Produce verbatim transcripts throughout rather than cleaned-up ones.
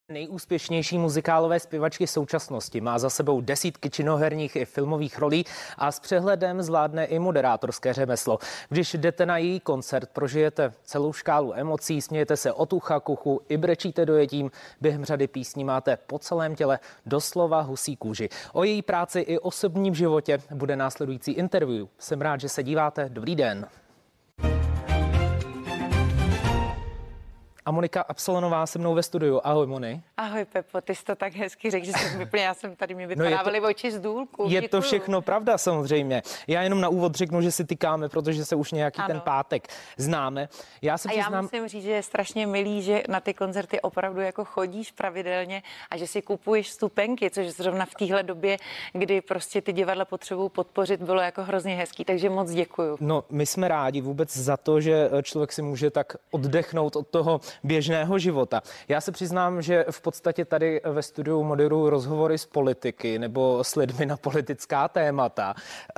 Nejúspěšnější muzikálové zpěvačky současnosti, má za sebou desítky činoherních i filmových rolí a s přehledem zvládne i moderátorské řemeslo. Když jdete na její koncert, prožijete celou škálu emocí, smějete se od ucha k uchu i brečíte dojetím. Během řady písní máte po celém těle doslova husí kůži. O její práci i osobním životě bude následující interview. Jsem rád, že se díváte. Dobrý den. A Monika Absolonová se mnou ve studiu. Ahoj, Moni. Ahoj, Pepo, ty jsi to tak hezky řekl, že jsem vyplně, já jsem tady, mi vypadávaly no oči z důlku. Je Děkuju. To všechno pravda, samozřejmě. Já jenom na úvod řeknu, že si tykáme, protože se už nějaký ano. ten pátek známe. Já se a přiznám... já musím říct, že je strašně milý, že na ty koncerty opravdu jako chodíš pravidelně a že si kupuješ vstupenky, což zrovna v téhle době, kdy prostě ty divadla potřebují podpořit, bylo jako hrozně hezký, takže moc děkuju. No, my jsme rádi vůbec za to, že člověk si může tak oddechnout od toho běžného života. Já se přiznám, že v podstatě tady ve studiu moderuju rozhovory s politiky nebo s lidmi na politická témata.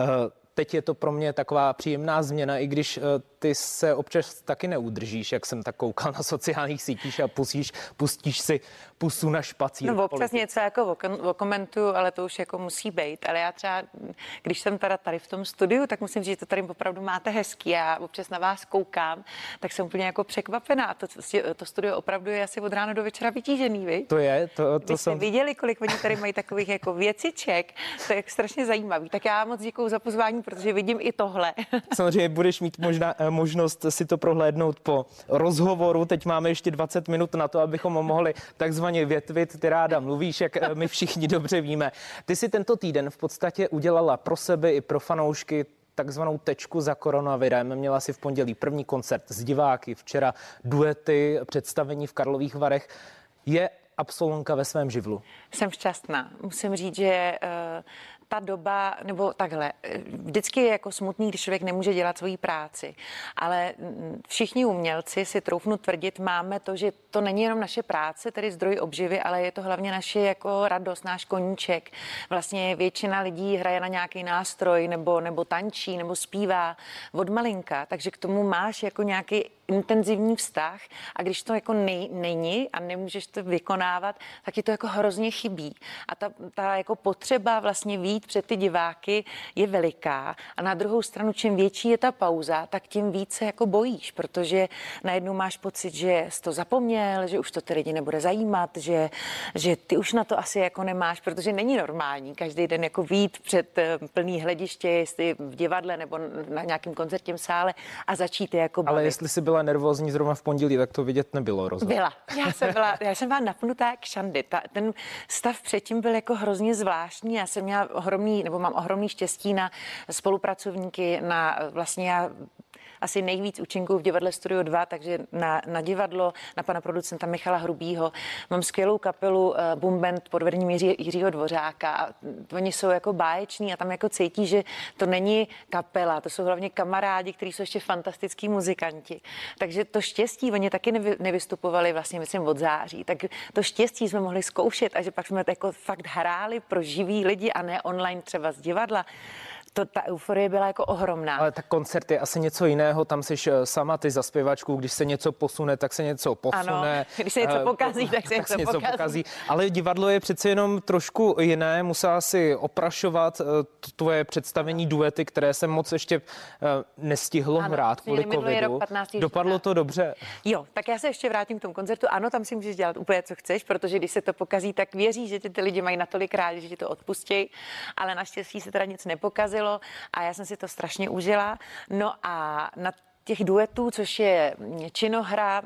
Teď je to pro mě taková příjemná změna, i když ty se občas taky neudržíš, jak jsem tak koukal na sociálních sítích a pustíš, pustíš si pusu na špacír. No občas něco jako okomentuju, ale to už jako musí být. Ale já třeba, když jsem teda tady v tom studiu, tak musím říct, že to tady opravdu máte hezký. Já občas na vás koukám, tak jsem úplně jako překvapená. A to, to studio opravdu je asi od rána do večera vytížený, viď? To je, to, to Vy jste jsem... viděli, kolik oni tady mají takových jako věciček, to je strašně zajímavý. Tak já moc děkuju za pozvání, protože vidím i tohle. Samozřejmě budeš mít možná možnost si to prohlédnout po rozhovoru. Teď máme ještě dvacet minut na to, abychom mohli takzvaně větvit. Ty ráda mluvíš, jak my všichni dobře víme. Ty si tento týden v podstatě udělala pro sebe i pro fanoušky takzvanou tečku za koronavirem. Měla si v pondělí první koncert s diváky, včera duety, představení v Karlových Varech. Je absolventka ve svém živlu? Jsem šťastná. Musím říct, že uh, ta doba, nebo takhle, vždycky je jako smutný, když člověk nemůže dělat svoji práci, ale všichni umělci, si troufnu tvrdit, máme to, že to není jenom naše práce, tedy zdroj obživy, ale je to hlavně naše jako radost, náš koníček. Vlastně většina lidí hraje na nějaký nástroj, nebo, nebo tančí, nebo zpívá od malinka, takže k tomu máš jako nějaký intenzivní vztah a když to jako nej, není a nemůžeš to vykonávat, tak ti to jako hrozně chybí. A ta, ta jako potřeba vlastně vyjít před ty diváky je veliká. A na druhou stranu, čím větší je ta pauza, tak tím více jako bojíš, protože najednou máš pocit, že jsi to zapomněl, že už to ty lidi nebude zajímat, že, že ty už na to asi jako nemáš, protože není normální každý den jako vyjít před plný hlediště, jestli v divadle nebo na nějakém koncertním sále a začít je jako bavit. Ale jestli si byla nervózní zrovna v pondělí, tak to vidět nebylo, rozhodně. Byla. Já jsem byla, já jsem byla napnutá jak šandy. Ta, ten stav předtím byl jako hrozně zvláštní. Já jsem měla ohromný, nebo mám ohromný štěstí na spolupracovníky, na vlastně já asi nejvíc účinků v divadle Studio dva, takže na, na divadlo, na pana producenta Michala Hrubýho. Mám skvělou kapelu uh, Boom Band pod vedením Jiří, Jiřího Dvořáka a oni jsou jako báječní a tam jako cítí, že to není kapela, to jsou hlavně kamarádi, kteří jsou ještě fantastický muzikanti. Takže to štěstí, oni taky nevy, nevystupovali vlastně, myslím, od září, tak to štěstí jsme mohli zkoušet a že pak jsme jako fakt hráli pro živý lidi a ne online třeba z divadla. To, ta euforie byla jako ohromná. Ale tak koncert je asi něco jiného, tam jsi sama ty za zpěvačku, když se něco posune, tak se něco posune. Ano, když se něco pokazí, tak se tak něco, se něco pokazí. pokazí. Ale divadlo je přece jenom trošku jiné, musela si oprašovat tvoje představení duety, které se moc ještě nestihlo ano, hrát kvůli covidu. Dopadlo to dobře? Jo, tak já se ještě vrátím k tomu koncertu. Ano, tam si můžeš dělat úplně, co chceš, protože když se to pokazí, tak věří, že ty, ty lidi mají natolik rádi, že ti to odpustí, ale naštěstí se teda nic nepokazilo. A já jsem si to strašně užila. No a na těch duetů, což je činohra,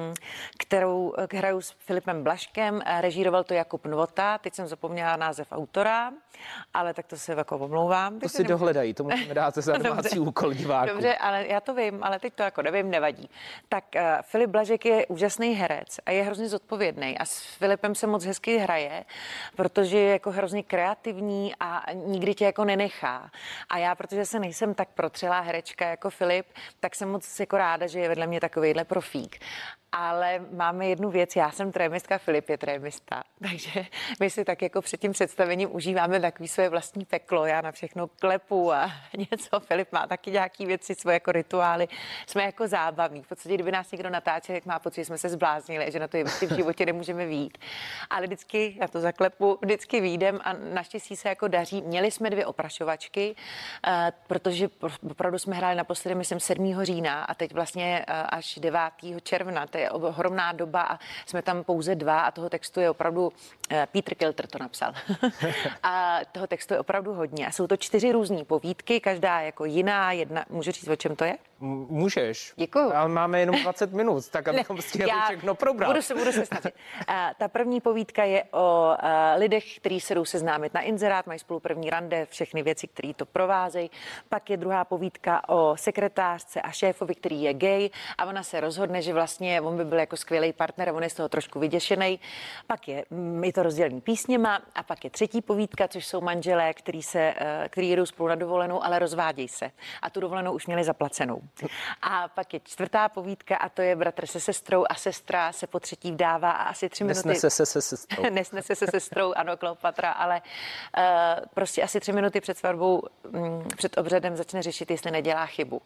kterou hraju s Filipem Blažkem, režíroval to Jakub Novota, teď jsem zapomněla název autora, ale tak to se jako omlouvám. To si nemusím... dohledají, to musíme dát za domácí úkol diváků. Dobře, ale já to vím, ale teď to jako nevím, nevadí. Tak uh, Filip Blažek je úžasný herec a je hrozně zodpovědný a s Filipem se moc hezky hraje, protože je jako hrozně kreativní a nikdy tě jako nenechá. A já, protože se nejsem tak protřelá herečka jako Filip, tak jsem moc jako ráda, že je vedle mě takovejhle profík. Ale máme jednu věc, já jsem trémistka, Filip je trémista, takže my si tak jako před tím představením užíváme takový své vlastní peklo, já na všechno klepu a něco, Filip má taky nějaký věci, svoje jako rituály, jsme jako zábavní, v podstatě kdyby nás někdo natáčel, tak má pocit, že jsme se zbláznili, že na to v životě nemůžeme vyjít, ale vždycky, já to zaklepu, vždycky vyjdem a naštěstí se jako daří, měli jsme dvě oprašovačky, protože opravdu jsme hráli naposledy, myslím, sedmého října a teď vlastně až devátého června, to je ohromná doba a jsme tam pouze dva a toho textu je opravdu, Peter Kilter to napsal, a toho textu je opravdu hodně a jsou to čtyři různý povídky, každá jako jiná, jedna, můžu říct, o čem to je? Můžeš. Děkuju. Ale máme jenom dvacet minut, tak abychom stihli všechno probrat. Budu se, budu se snažit. A ta první povídka je o a, lidech, kteří se jdou seznámit na inzerát, mají spolu první rande, všechny věci, které to provázejí. Pak je druhá povídka o sekretářce a šéfovi, který je gay a ona se rozhodne, že vlastně on by byl jako skvělý partner a on je z toho trošku vyděšený. Pak je, je to rozdělený písněma a pak je třetí povídka, což jsou manželé, který, se, který jedou spolu na dovolenou, ale rozvádějí se. A tu dovolenou už měli zaplacenou. A pak je čtvrtá povídka a to je bratr se sestrou a sestra se po třetí vdává a asi tři minuty... Nesnese se se sestrou. Nesnese se sestrou, ano, Kleopatra, ale uh, prostě asi tři minuty před svatbou, um, před obřadem začne řešit, jestli nedělá chybu.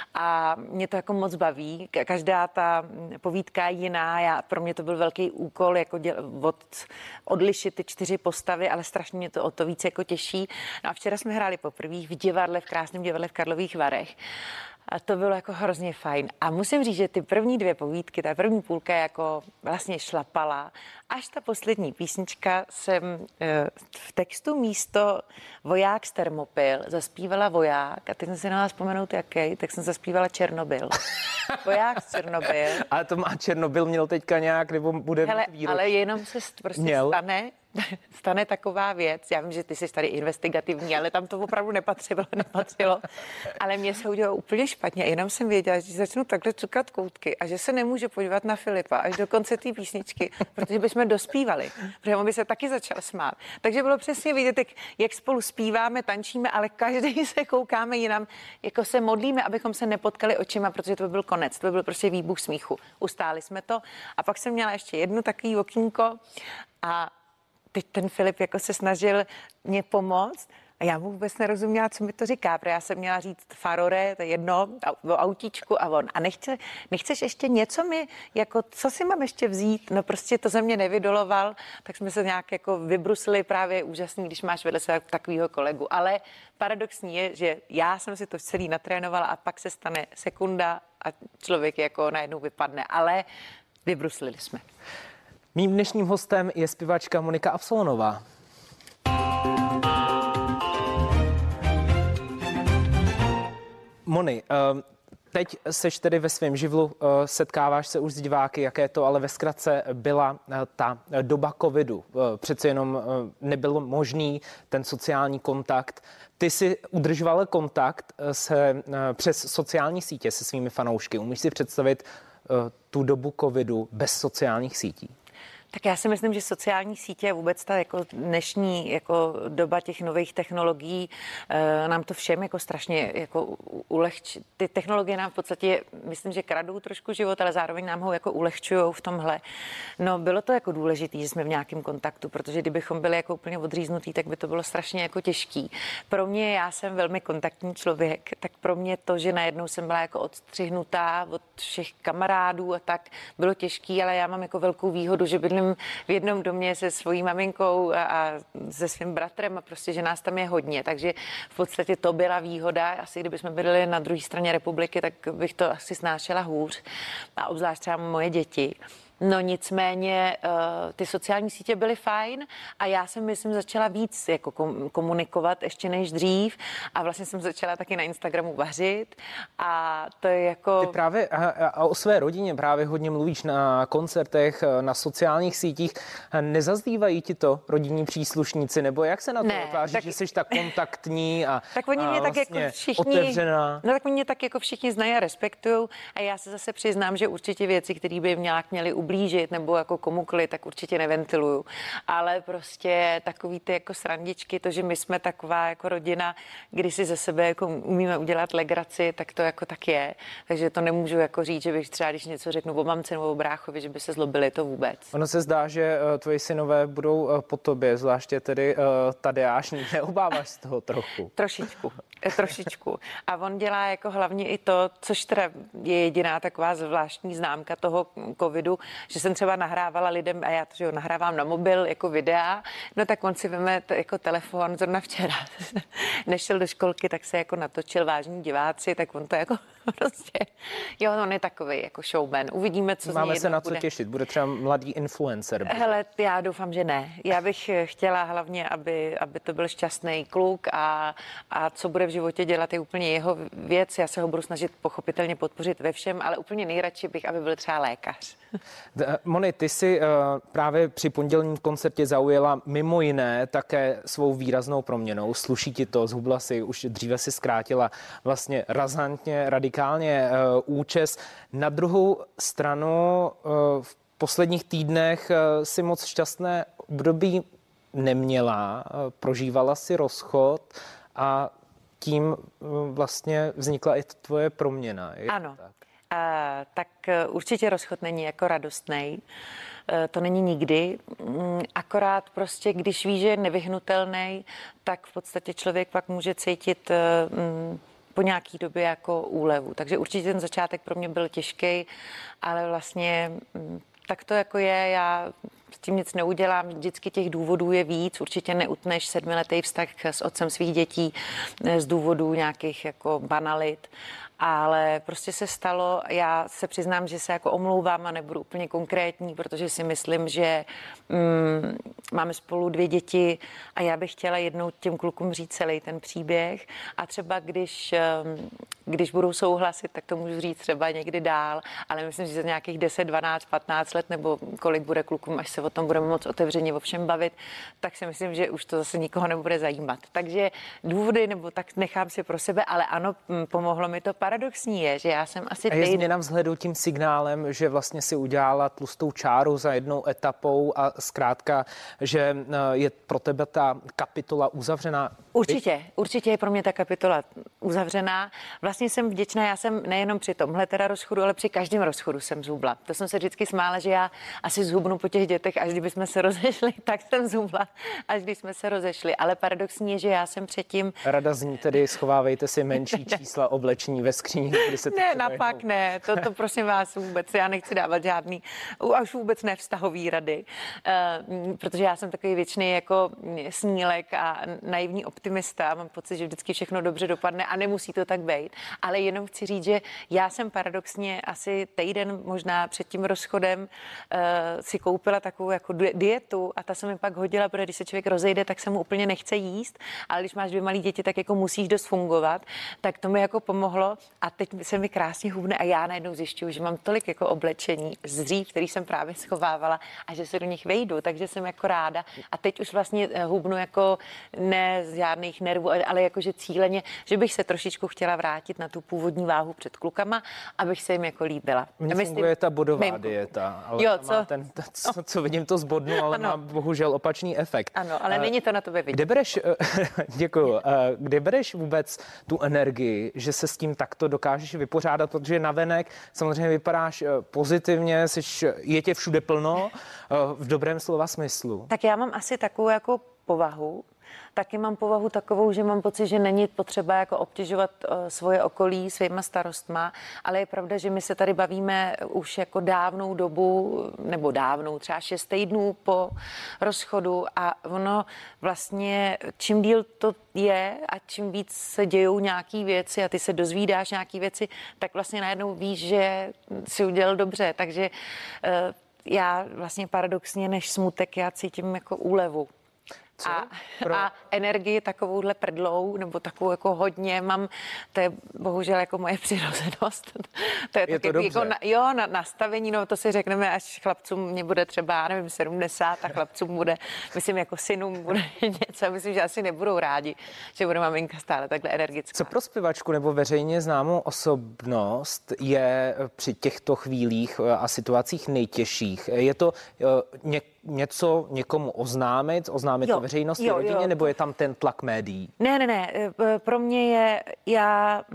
A mě to jako moc baví. Každá ta povídka je jiná. Já, pro mě to byl velký úkol, jako děl, od, odlišit ty čtyři postavy, ale strašně mě to o to víc jako těší. No a včera jsme hráli poprvé v divadle, v krásném divadle v Karlových Varech. A to bylo jako hrozně fajn. A musím říct, že ty první dvě povídky, ta první půlka jako vlastně šlapala. Až ta poslední písnička jsem v textu místo Voják z Termopil zaspívala Voják. A teď jsem si na vás vzpomenout jaký, tak jsem zaspívala Černobyl. Voják z Černobyl. Ale to má Černobyl měl teďka nějak, nebo bude Hele, výročí. ale jenom se prostě měl. stane... stane taková věc, já vím, že ty jsi tady investigativní, ale tam to opravdu nepatřilo, nepatřilo, ale mě se udělalo úplně špatně, jenom jsem věděla, že začnu takhle cukat koutky a že se nemůže podívat na Filipa až do konce té písničky, protože bychom dospívali, protože on by se taky začal smát. Takže bylo přesně vidět, jak spolu zpíváme, tančíme, ale každý se koukáme jinam, jako se modlíme, abychom se nepotkali očima, protože to by byl konec, to by byl prostě výbuch smíchu. Ustáli jsme to a pak jsem měla ještě jednu takový okýnko a teď ten Filip jako se snažil mě pomoct a já mu vůbec nerozuměla, co mi to říká, protože já jsem měla říct farore, to je jedno, o autíčku a on. A nechce, nechceš ještě něco mi, jako co si mám ještě vzít? No prostě to ze mě nevydoloval, tak jsme se nějak jako vybrusili, právě úžasný, když máš vedle sebe takovýho kolegu. Ale paradoxní je, že já jsem si to celý natrénovala a pak se stane sekunda a člověk jako najednou vypadne, ale vybruslili jsme. Mým dnešním hostem je zpěvačka Monika Absolonová. Moni, teď seš tedy ve svém živlu, setkáváš se už s diváky, jaké to ale ve zkratce byla ta doba covidu. Přece jenom nebyl možný ten sociální kontakt. Ty si udržovala kontakt se, přes sociální sítě se svými fanoušky. Umíš si představit tu dobu covidu bez sociálních sítí? Tak já si myslím, že sociální sítě vůbec ta jako dnešní jako doba těch nových technologií e, nám to všem jako strašně jako ulehčí. Ty technologie nám v podstatě, myslím, že kradou trošku život, ale zároveň nám ho jako ulehčujou v tomhle. No bylo to jako důležité, že jsme v nějakém kontaktu, protože kdybychom byli jako úplně odříznutí, tak by to bylo strašně jako těžký. Pro mě, já jsem velmi kontaktní člověk, tak pro mě to, že najednou jsem byla jako odstřihnutá od všech kamarádů a tak, bylo těžký, ale já mám jako velkou výhodu, že bydlím v jednom domě se svojí maminkou a, a se svým bratrem a prostě, že nás tam je hodně, takže v podstatě to byla výhoda. Asi kdybychom byli na druhé straně republiky, tak bych to asi snášela hůř a obzvlášť třeba moje děti. No nicméně ty sociální sítě byly fajn a já jsem, myslím, začala víc jako komunikovat ještě než dřív a vlastně jsem začala taky na Instagramu vařit a to je jako... Ty právě a, a o své rodině právě hodně mluvíš na koncertech, na sociálních sítích. Nezazdívají ti to rodinní příslušníci, nebo jak se na to tváříš, tak... že jsi tak kontaktní a tak oni mě a tak vlastně jako všichni, otevřená? No tak oni mě tak jako všichni znají a respektují a já se zase přiznám, že určitě věci, které by nějak měly ublížit nebo jako komukoli, tak určitě neventiluju. Ale prostě takový ty jako srandičky, to, že my jsme taková jako rodina, kdy si ze sebe jako umíme udělat legraci, tak to jako tak je. Takže to nemůžu jako říct, že bych třeba, když něco řeknu o mamce nebo o bráchovi, že by se zlobili, to vůbec. Ono se zdá, že uh, tvoji synové budou uh, po tobě, zvláště tedy uh, Tadeáš. Neobáváš z toho trochu? Trošičku, trošičku. A on dělá jako hlavně i to, což teda je jediná taková zvláštní známka toho covidu, že jsem třeba nahrávala lidem, a já to, že ho nahrávám na mobil jako videa, no tak on si veme t- jako telefon, zrovna včera, než šel do školky, tak se jako natočil vážní diváci, tak on to jako prostě, jo, on je takovej jako showman. Uvidíme, co z něj Máme se na co bude. těšit, bude třeba mladý influencer. Bude. Hele, já doufám, že ne. Já bych chtěla hlavně, aby, aby to byl šťastný kluk a, a co bude v životě dělat je úplně jeho věc. Já se ho budu snažit pochopitelně podpořit ve všem, ale úplně nejradši bych, aby byl třeba lékař. Moni, ty si uh, právě při pondělním koncertě zaujala mimo jiné také svou výraznou proměnou. Sluší ti to, zhubla si, už dříve si zkrátila vlastně razantně, radikálně uh, účes. Na druhou stranu uh, v posledních týdnech uh, si moc šťastné období neměla, uh, prožívala si rozchod a tím uh, vlastně vznikla i tvoje proměna. Je Ano. tak? A, tak určitě rozchod není jako radostnej. To není nikdy. Akorát prostě, když ví, že je nevyhnutelný, tak v podstatě člověk pak může cítit po nějaký době jako úlevu. Takže určitě ten začátek pro mě byl těžký, ale vlastně tak to jako je. Já s tím nic neudělám. Vždycky těch důvodů je víc. Určitě neutneš sedmiletý vztah s otcem svých dětí z důvodů nějakých jako banalit. Ale prostě se stalo, já se přiznám, že se jako omlouvám a nebudu úplně konkrétní, protože si myslím, že mm, máme spolu dvě děti a já bych chtěla jednou těm klukům říct celý ten příběh a třeba když, když budou souhlasit, tak to můžu říct třeba někdy dál, ale myslím, že za nějakých deset, dvanáct, patnáct let nebo kolik bude klukům, až se o tom budeme moc otevřeně o všem bavit, tak si myslím, že už to zase nikoho nebude zajímat. Takže důvody, nebo tak nechám si pro sebe, ale ano, pomohlo mi to. Paradoxní je, že já jsem asi... A je týden... změna vzhledu tím signálem, že vlastně si udělala tlustou čáru za jednou etapou a zkrátka, že je pro tebe ta kapitola uzavřená? Určitě, určitě je pro mě ta kapitola uzavřená. Vlastně jsem vděčná, já jsem nejenom při tomhle teda rozchodu, ale při každém rozchodu jsem zhubla. To jsem se vždycky smála, že já asi zhubnu po těch dětech, až kdyby jsme se rozešli, tak jsem zhubla, až když jsme se rozešli. Ale paradoxní je, že já jsem předtím... Rada zní tedy, schovávejte si menší čísla obleční ve skříni, kdy se... Ne, napak ne, to, to prosím vás vůbec, já nechci dávat žádný, až vůbec ne vztahový rady, uh, protože já jsem takový věčný jako snílek a naivní optimista, mám pocit, že vždycky všechno dobře dopadne a nemusí to tak být, ale jenom chci říct, že já jsem paradoxně asi týden možná před tím rozchodem uh, si koupila takovou jako dietu a ta se mi pak hodila, protože když se člověk rozejde, tak se mu úplně nechce jíst, ale když máš dvě malé děti, tak jako musíš dost fungovat, tak to mi jako pomohlo a teď se mi krásně hubne a já najednou zjišťuju, že mám tolik jako oblečení z dřív, který jsem právě schovávala a že se do nich vejdu, takže jsem jako ráda a teď už vlastně hubnu jako ne z žádných nervů, ale jakože cíleně, že bych se trošičku chtěla vrátit na tu původní váhu před klukama, abych se jim jako líbila. Mně Myslím, funguje ta bodová mým... dieta, ale jo, co? co? Ten, ta, co, co vidím, to zbodnu, ale ano. Má bohužel opačný efekt. Ano, ale uh, není to na tobě vidět. Kde bereš, děkuju, kde bereš vůbec tu energii, že se s tím takto dokážeš vypořádat, protože navenek samozřejmě vypadáš pozitivně, jsi, je tě všude plno, v dobrém slova smyslu. Tak já mám asi takovou jako povahu, taky mám povahu takovou, že mám pocit, že není potřeba jako obtěžovat uh, svoje okolí svýma starostma, ale je pravda, že my se tady bavíme už jako dávnou dobu, nebo dávnou, třeba šest týdnů po rozchodu a ono vlastně, čím díl to je a čím víc se dějou nějaký věci a ty se dozvídáš nějaký věci, tak vlastně najednou víš, že si udělal dobře, takže uh, já vlastně paradoxně než smutek, já cítím jako úlevu. Co? A, Pro... a energii takovouhle prdlou, nebo takovou jako hodně mám, to je bohužel jako moje přirozenost. To je, je taky to jako na, jo, na, nastavení, no to si řekneme, až chlapcům mě bude třeba, nevím, sedmdesát a chlapcům bude, myslím, jako synům bude něco, myslím, že asi nebudou rádi, že bude maminka stále takhle energická. Co pro zpěvačku nebo veřejně známou osobnost je při těchto chvílích a situacích nejtěžších? Je to ně, něco někomu oznámit, oznámit jo, to veřejnosti, jo, rodině, jo. nebo je tam ten tlak médií? Ne, ne, ne. Pro mě je, já,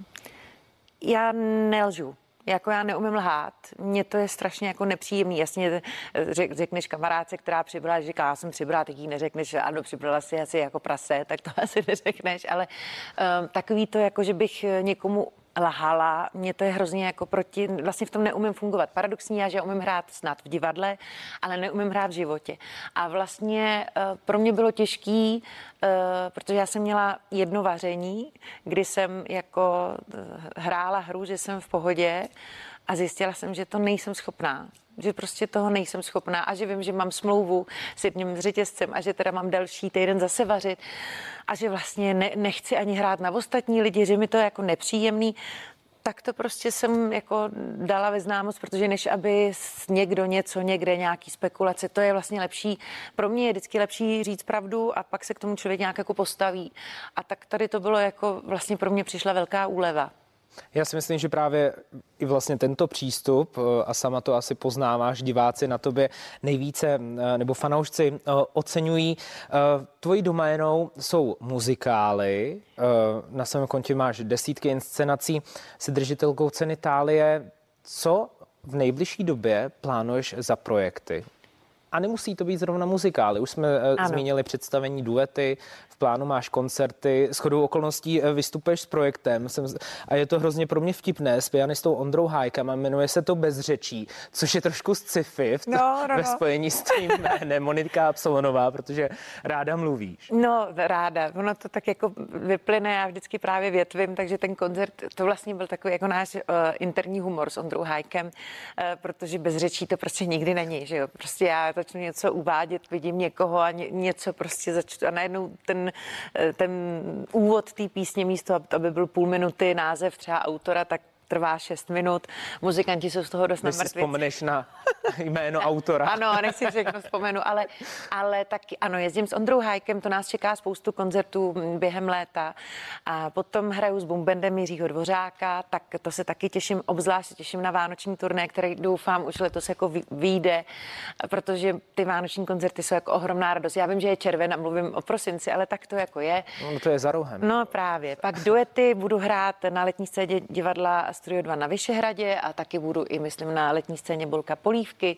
já nelžu. Jako já neumím lhát. Mně to je strašně jako nepříjemný. Jasně řek, řekneš kamarádce, která přibrala, že říká, já jsem přibrala, tak jí neřekneš, ano, přibrala si asi jako prase, tak to asi neřekneš, ale um, takový to, jako že bych někomu lhala, mě to je hrozně jako proti, vlastně v tom neumím fungovat. Paradoxní je, že umím hrát snad v divadle, ale neumím hrát v životě. A vlastně uh, pro mě bylo těžký, uh, protože já jsem měla jedno vaření, kdy jsem jako uh, hrála hru, že jsem v pohodě a zjistila jsem, že to nejsem schopná. Že prostě toho nejsem schopná a že vím, že mám smlouvu s jedním řetězcem a že teda mám další týden zase vařit a že vlastně ne, nechci ani hrát na ostatní lidi, že mi to je jako nepříjemný, tak to prostě jsem jako dala ve známost, protože než aby někdo něco, někde nějaký spekulace, to je vlastně lepší, pro mě je vždycky lepší říct pravdu a pak se k tomu člověk nějak jako postaví. A tak tady to bylo jako vlastně pro mě přišla velká úleva. Já si myslím, že právě i vlastně tento přístup, a sama to asi poznáváš, diváci na tobě nejvíce, nebo fanoušci oceňují. Tvojí doménou jsou muzikály, na svém kontě máš desítky inscenací, jsi držitelkou ceny Thálie. Co v nejbližší době plánuješ za projekty? A nemusí to být zrovna muzikály. Už jsme ano. zmínili představení duety, v plánu máš koncerty, shodou okolností vystupuješ s projektem jsem, a je to hrozně pro mě vtipné s pianistou Ondrou Hájkem a jmenuje se to Bezřečí, což je trošku sci-fi v to, no, no, ve no. spojení s tím jménem Monika Absolonová, protože ráda mluvíš. No, ráda. Ono to tak jako vyplyne, já vždycky právě větvím, takže ten koncert, to vlastně byl takový jako náš uh, interní humor s Ondrou Hájkem, uh, protože Bezřečí to prostě nikdy není, že jo. Prostě já začnu něco uvádět, vidím někoho a ně, něco prostě začnu a najednou ten, ten úvod té písně místo, aby byl půl minuty název třeba autora, tak trvá šest minut. Muzikanti jsou z toho dost na mrtvici. Ty si vzpomeneš na jméno autora. Ano, nechci všechno vzpomenu, ale, ale taky, ano, jezdím s Ondrou Hájkem, to nás čeká spoustu koncertů během léta. A potom hraju s Bumbendem Jiřího Dvořáka, tak to se taky těším, obzvlášť těším na vánoční turné, který doufám už letos jako vyjde, protože ty vánoční koncerty jsou jako ohromná radost. Já vím, že je červen a mluvím o prosinci, ale tak to jako je. No to je za rohem. No právě. Pak duety budu hrát na letní scéně divadla Studio dva na Vyšehradě a taky budu i, myslím, na letní scéně Bolka Polívky.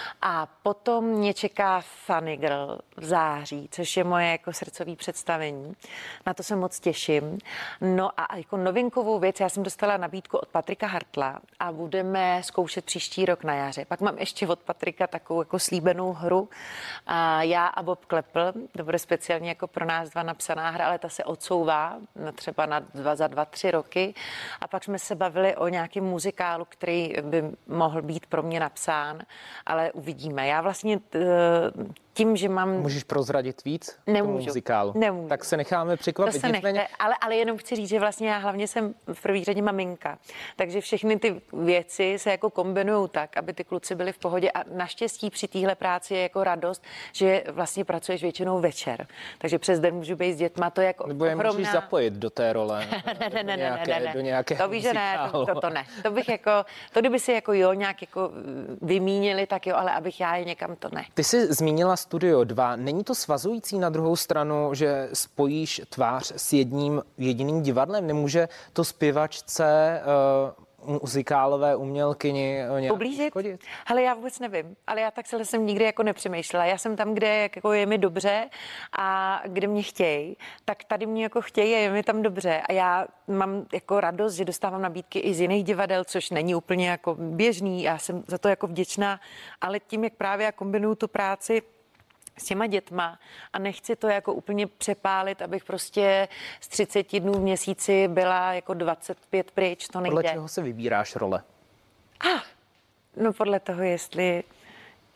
A potom mě čeká Funny Girl v září, což je moje jako srdcové představení. Na to se moc těším. No a jako novinkovou věc, já jsem dostala nabídku od Patrika Hartla a budeme zkoušet příští rok na jaře. Pak mám ještě od Patrika takovou jako slíbenou hru. A já a Bob Klepl, to bude speciálně jako pro nás dva napsaná hra, ale ta se odsouvá na třeba na dva, za dva, tři roky. A pak jsme se bavili o nějakém muzikálu, který by mohl být pro mě napsán, ale uvidíme. Já vlastně tím, že mám... Můžeš prozradit víc? Nemůžu. Muzikálu. Nemůžu. Tak se necháme překvapit. To se Nicméně... nechte, ale, ale jenom chci říct, že vlastně já hlavně jsem v první řadě maminka. Takže všechny ty věci se jako kombinují tak, aby ty kluci byli v pohodě a naštěstí při téhle práci je jako radost, že vlastně pracuješ většinou večer. Takže přes den můžu být s dětma, to je jako Nebo je ohromná... můžeš zapojit do té role. ne, ne, ne, nějaké, ne, ne, ne. Do nějaké to víš, že ne, to, to, to ne. To bych jako, to kdyby si jako jo nějak jako vymínili, tak jo, ale abych já je někam, to ne. Ty jsi zmínila Studio dva. Není to svazující na druhou stranu, že spojíš tvář s jedním jediným divadlem? Nemůže to zpěvačce, uh, muzikálové umělkyni nějak ublížit? Hele, já vůbec nevím, ale já tak se jsem nikdy jako nepřemýšlela. Já jsem tam, kde jako je mi dobře a kde mě chtějí, tak tady mě jako chtějí a je mi tam dobře. A já mám jako radost, že dostávám nabídky i z jiných divadel, což není úplně jako běžný. Já jsem za to jako vděčná, ale tím, jak právě já kombinuju tu práci s těma dětma a nechci to jako úplně přepálit, abych prostě z třiceti dnů v měsíci byla jako dvacet pět pryč, to nejde. Podle čeho se vybíráš role? Ah, no podle toho, jestli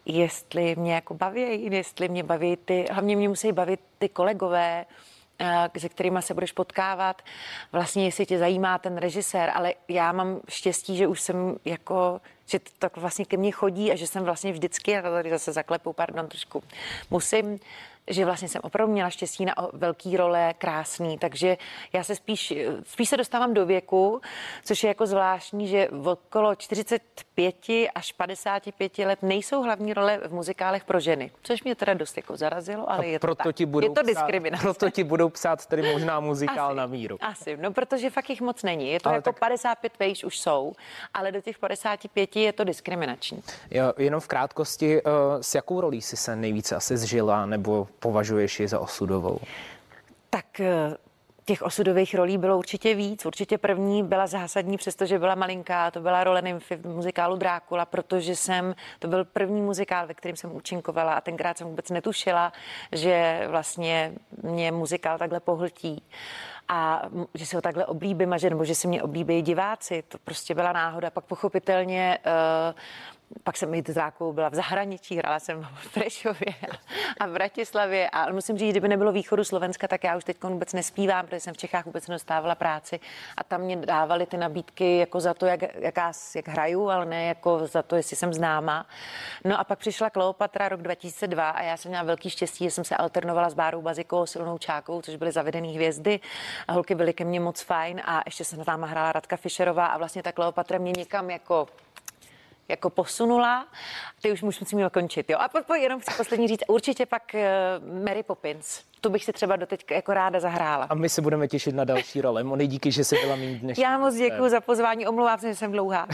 jestli mě jako baví, jestli mě baví ty, hlavně mě musí bavit ty kolegové, se kterými se budeš potkávat, vlastně jestli tě zajímá ten režisér, ale já mám štěstí, že už jsem jako, že to tak vlastně ke mně chodí a že jsem vlastně vždycky, já tady zase zaklepu, pardon, trošku musím, že vlastně jsem opravdu měla štěstí na velký role, krásný, takže já se spíš, spíš se dostávám do věku, což je jako zvláštní, že okolo čtyřicet pět až padesát pět let nejsou hlavní role v muzikálech pro ženy, což mě teda dost jako zarazilo, ale je to proto tak. Ti budou Je to psát, diskriminace. Proto ti budou psát tedy možná muzikál asi, na míru. Asi, no protože fakt jich moc není. Je to Ale jako tak... padesát pět vejš už jsou, ale do těch padesát pět je to diskriminační. Jo, jenom v krátkosti, s jakou rolí jsi se nejvíce asi zžila nebo považuješ ji za osudovou? Tak těch osudových rolí bylo určitě víc. Určitě první byla zásadní, přestože byla malinká. To byla role nymfy v muzikálu Drákula, protože jsem, to byl první muzikál, ve kterém jsem účinkovala a tenkrát jsem vůbec netušila, že vlastně mě muzikál takhle pohltí a že si ho takhle oblíbím a že, nebo že si mě oblíbí diváci. To prostě byla náhoda. Pak pochopitelně uh, pak jsem i Drákulou byla v zahraničí, hrála jsem v Prešově a v Bratislavě, ale musím říct, kdyby nebylo východu Slovenska, tak já už teď vůbec nespívám, protože jsem v Čechách vůbec nedostávala práci a tam mě dávali ty nabídky jako za to, jak, jak, jak hraju, ale ne jako za to, jestli jsem známa. No a pak přišla Kleopatra rok dva tisíce dva a já jsem měla velký štěstí, že jsem se alternovala s Bárou Bazikou, Silonou Čákovou, což byly zavedené hvězdy a holky byly ke mně moc fajn a ještě jsem tam hrála Radka Fischerová a vlastně ta Kleopatra mě někam jako jako posunula, ty už musím měl končit, jo. A po, po, jenom chci poslední říct, určitě pak uh, Mary Poppins. Tu bych si třeba doteď jako ráda zahrála. A my se budeme těšit na další role. Moni, díky, že jsi byla mým dnešním. Já moc děkuji za pozvání, omlouvám se, že jsem dlouhá.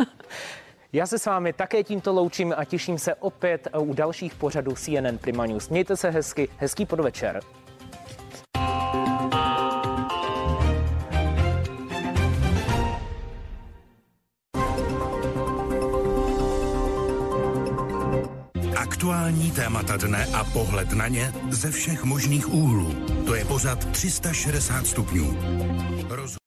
Já se s vámi také tímto loučím a těším se opět u dalších pořadů C N N Prima News. Mějte se hezky, hezký podvečer. Aktuální témata dne a pohled na ně ze všech možných úhlů. To je pořad tři sta šedesát stupňů. Roz...